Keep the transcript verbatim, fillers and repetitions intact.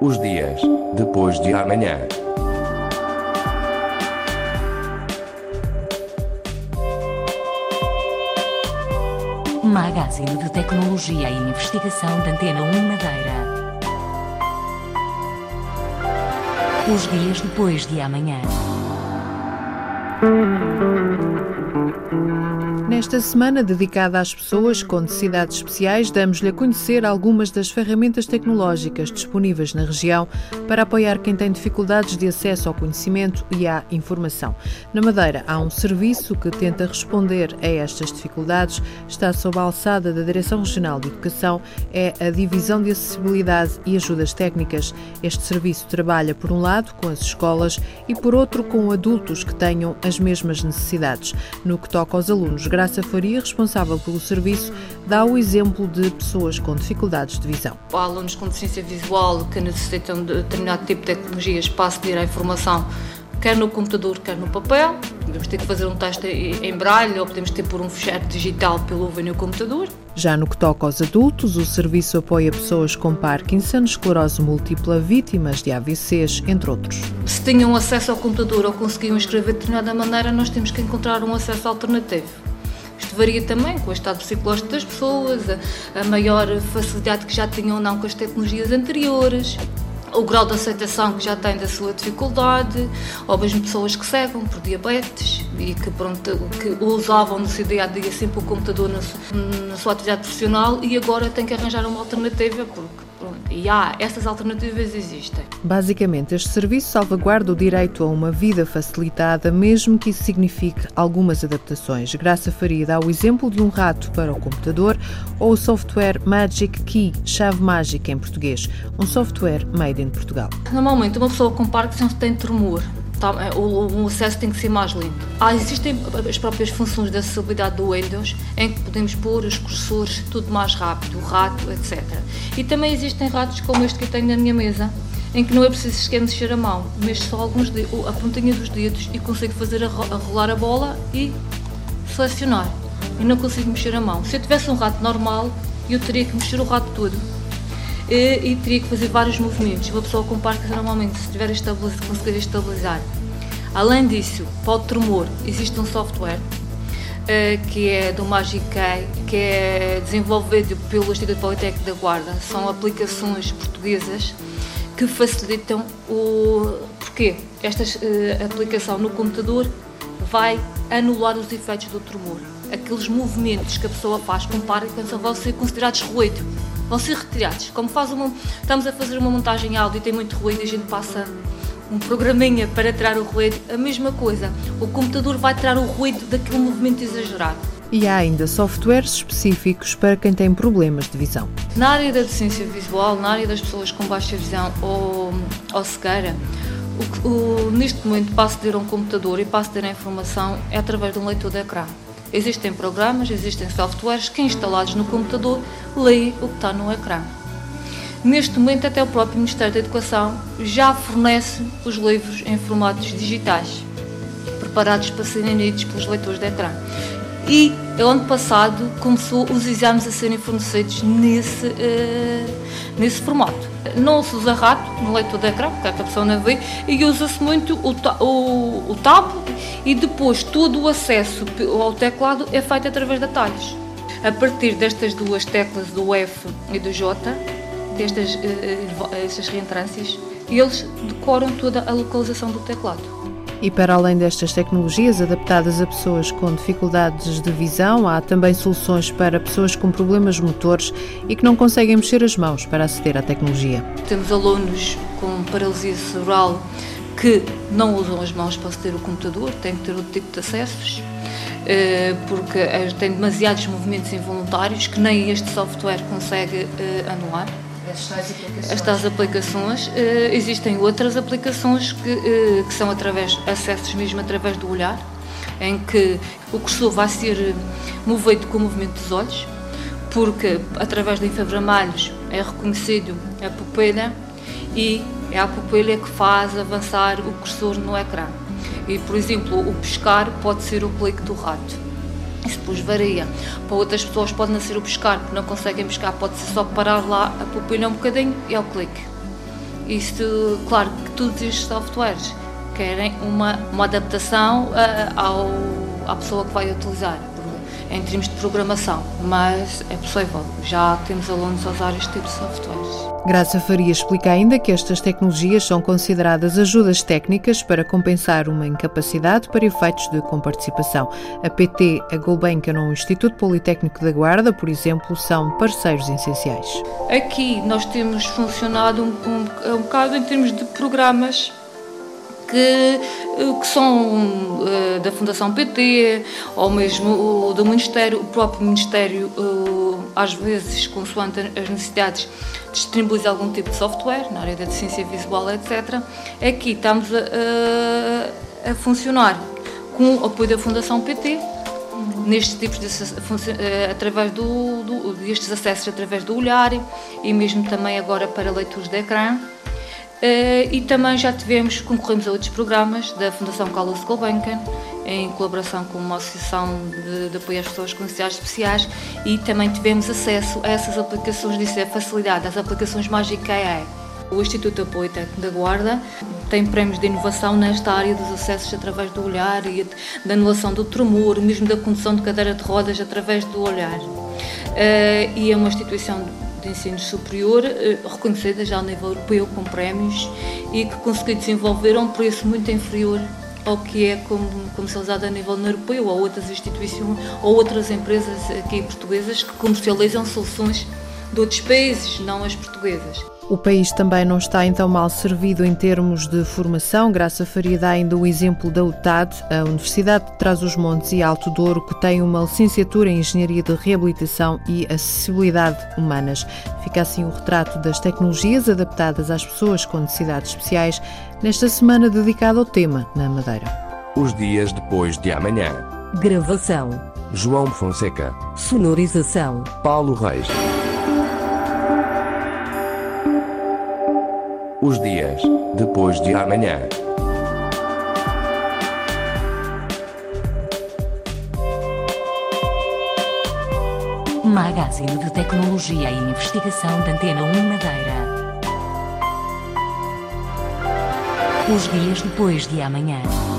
Os dias depois de amanhã. Magazine de Tecnologia e Investigação da Antena um Madeira. Os dias depois de amanhã. Nesta semana dedicada às pessoas com necessidades especiais, damos-lhe a conhecer algumas das ferramentas tecnológicas disponíveis na região para apoiar quem tem dificuldades de acesso ao conhecimento e à informação. Na Madeira há um serviço que tenta responder a estas dificuldades, está sob a alçada da Direção Regional de Educação, é a Divisão de Acessibilidade e Ajudas Técnicas. Este serviço trabalha, por um lado, com as escolas e, por outro, com adultos que tenham as mesmas necessidades. No que toca aos alunos, Graça Faria, responsável pelo serviço, dá o exemplo de pessoas com dificuldades de visão. Há alunos com deficiência visual que necessitam de determinado tipo de tecnologias para aceder à informação, quer no computador, quer no papel. Podemos ter que fazer um teste em braille ou podemos ter por um fecheiro digital pelo no computador. Já no que toca aos adultos, o serviço apoia pessoas com Parkinson, esclerose múltipla, vítimas de A V Cs, entre outros. Se tenham acesso ao computador ou conseguiam escrever de determinada maneira, nós temos que encontrar um acesso alternativo. Isto varia também com o estado psicológico das pessoas, a, a maior facilidade que já tinham ou não com as tecnologias anteriores, o grau de aceitação que já têm da sua dificuldade, ou mesmo pessoas que cegam por diabetes e que, pronto, que usavam no seu dia a dia sempre o computador na sua, na sua atividade profissional e agora têm que arranjar uma alternativa porque, pronto, e há, essas alternativas existem. Basicamente, este serviço salvaguarda o direito a uma vida facilitada, mesmo que isso signifique algumas adaptações. Graça Faria dá o exemplo de um rato para o computador ou o software Magic Key, chave mágica em português, um software made in Portugal. Normalmente, uma pessoa com Parkinson tem tremor. O acesso tem que ser mais lento. Ah, existem as próprias funções de acessibilidade do Windows em que podemos pôr os cursores tudo mais rápido, o rato, etcétera. E também existem ratos como este que eu tenho na minha mesa, em que não é preciso sequer mexer a mão, mexo só alguns dedos, a pontinha dos dedos e consigo fazer a, a rolar a bola e selecionar. E não consigo mexer a mão. Se eu tivesse um rato normal, eu teria que mexer o rato todo. E, e teria que fazer vários movimentos. Uma pessoa com Parkinson normalmente, se tiver estabilizado, conseguir estabilizar. Além disso, para o tremor, existe um software uh, que é do Magic Key, que é desenvolvido pelo Instituto Politécnico da Guarda. São aplicações portuguesas que facilitam o... Porquê? Esta uh, aplicação no computador vai anular os efeitos do tremor. Aqueles movimentos que a pessoa faz com Parkinson vão ser considerados ruído. Vão ser retirados. Como faz uma, estamos a fazer uma montagem áudio e tem muito ruído e a gente passa um programinha para tirar o ruído, a mesma coisa. O computador vai tirar o ruído daquele movimento exagerado. E há ainda softwares específicos para quem tem problemas de visão. Na área da deficiência visual, na área das pessoas com baixa visão ou, ou cegueira, o, o, neste momento para aceder a um computador e para aceder à informação é através de um leitor de ecrã. Existem programas, existem softwares que, instalados no computador, leem o que está no ecrã. Neste momento, até o próprio Ministério da Educação já fornece os livros em formatos digitais, preparados para serem lidos pelos leitores de ecrã. E, ano passado, começou os exames a serem fornecidos nesse, uh, nesse formato. Não se usa rato no leitor de ecrã, porque a pessoa não vê, e usa-se muito o, o, o tab e depois todo o acesso ao teclado é feito através de atalhos. A partir destas duas teclas, do F e do J, destas uh, estas reentrâncias, eles decoram toda a localização do teclado. E para além destas tecnologias adaptadas a pessoas com dificuldades de visão, há também soluções para pessoas com problemas motores e que não conseguem mexer as mãos para aceder à tecnologia. Temos alunos com paralisia cerebral que não usam as mãos para aceder ao computador, têm que ter outro tipo de acessos, porque têm demasiados movimentos involuntários que nem este software consegue anular. Estas aplicações, uh, existem outras aplicações que, uh, que são através, acessos mesmo através do olhar, em que o cursor vai ser movido com o movimento dos olhos, porque através de infravermelhos é reconhecido a pupila e é a pupila que faz avançar o cursor no ecrã. E, por exemplo, o pescar pode ser o clique do rato. Isso depois varia. Para outras pessoas pode não ser o pescar, porque não conseguem pescar, pode ser só parar lá a pupila um bocadinho e é o clique. Isso, claro que todos estes softwares querem uma, uma adaptação uh, ao, à pessoa que vai utilizar, em termos de programação, mas é possível, já temos alunos a usar este tipo de softwares. Graça Faria explica ainda que estas tecnologias são consideradas ajudas técnicas para compensar uma incapacidade para efeitos de comparticipação. A P T, a Gulbenkian ou o Instituto Politécnico da Guarda, por exemplo, são parceiros essenciais. Aqui nós temos funcionado um, um, um bocado em termos de programas Que, que são uh, da Fundação P T ou mesmo uh, do Ministério, o próprio Ministério, uh, às vezes, consoante as necessidades, disponibiliza algum tipo de software na área da deficiência visual, etcétera. Aqui estamos a, a, a funcionar com o apoio da Fundação P T, nestes tipos de através do, do, destes acessos através do olhar e mesmo também agora para leituras de ecrã. Uh, e também já tivemos, concorremos a outros programas da Fundação Carlos Gulbenkian, em colaboração com uma associação de, de apoio às pessoas com necessidades especiais, e também tivemos acesso a essas aplicações, disse a facilidade, às aplicações Magic A I. O Instituto Politécnico da Guarda tem prémios de inovação nesta área dos acessos através do olhar e da anulação do tremor, mesmo da condução de cadeira de rodas através do olhar. Uh, e é uma instituição de ensino superior, reconhecida já a nível europeu com prémios e que conseguiu desenvolver a um preço muito inferior ao que é comercializado a nível europeu ou outras instituições ou outras empresas aqui portuguesas que comercializam soluções de outros países, não as portuguesas. O país também não está então mal servido em termos de formação. Graça Faria dá ainda o exemplo da U T A D, a Universidade de Trás-os-Montes e Alto Douro, que tem uma licenciatura em Engenharia de Reabilitação e Acessibilidade Humanas. Fica assim o retrato das tecnologias adaptadas às pessoas com necessidades especiais nesta semana dedicada ao tema na Madeira. Os dias depois de amanhã. Gravação. João Fonseca. Sonorização. Paulo Reis. Os dias depois de amanhã. Magazine de Tecnologia e Investigação da Antena um Madeira. Os dias depois de amanhã.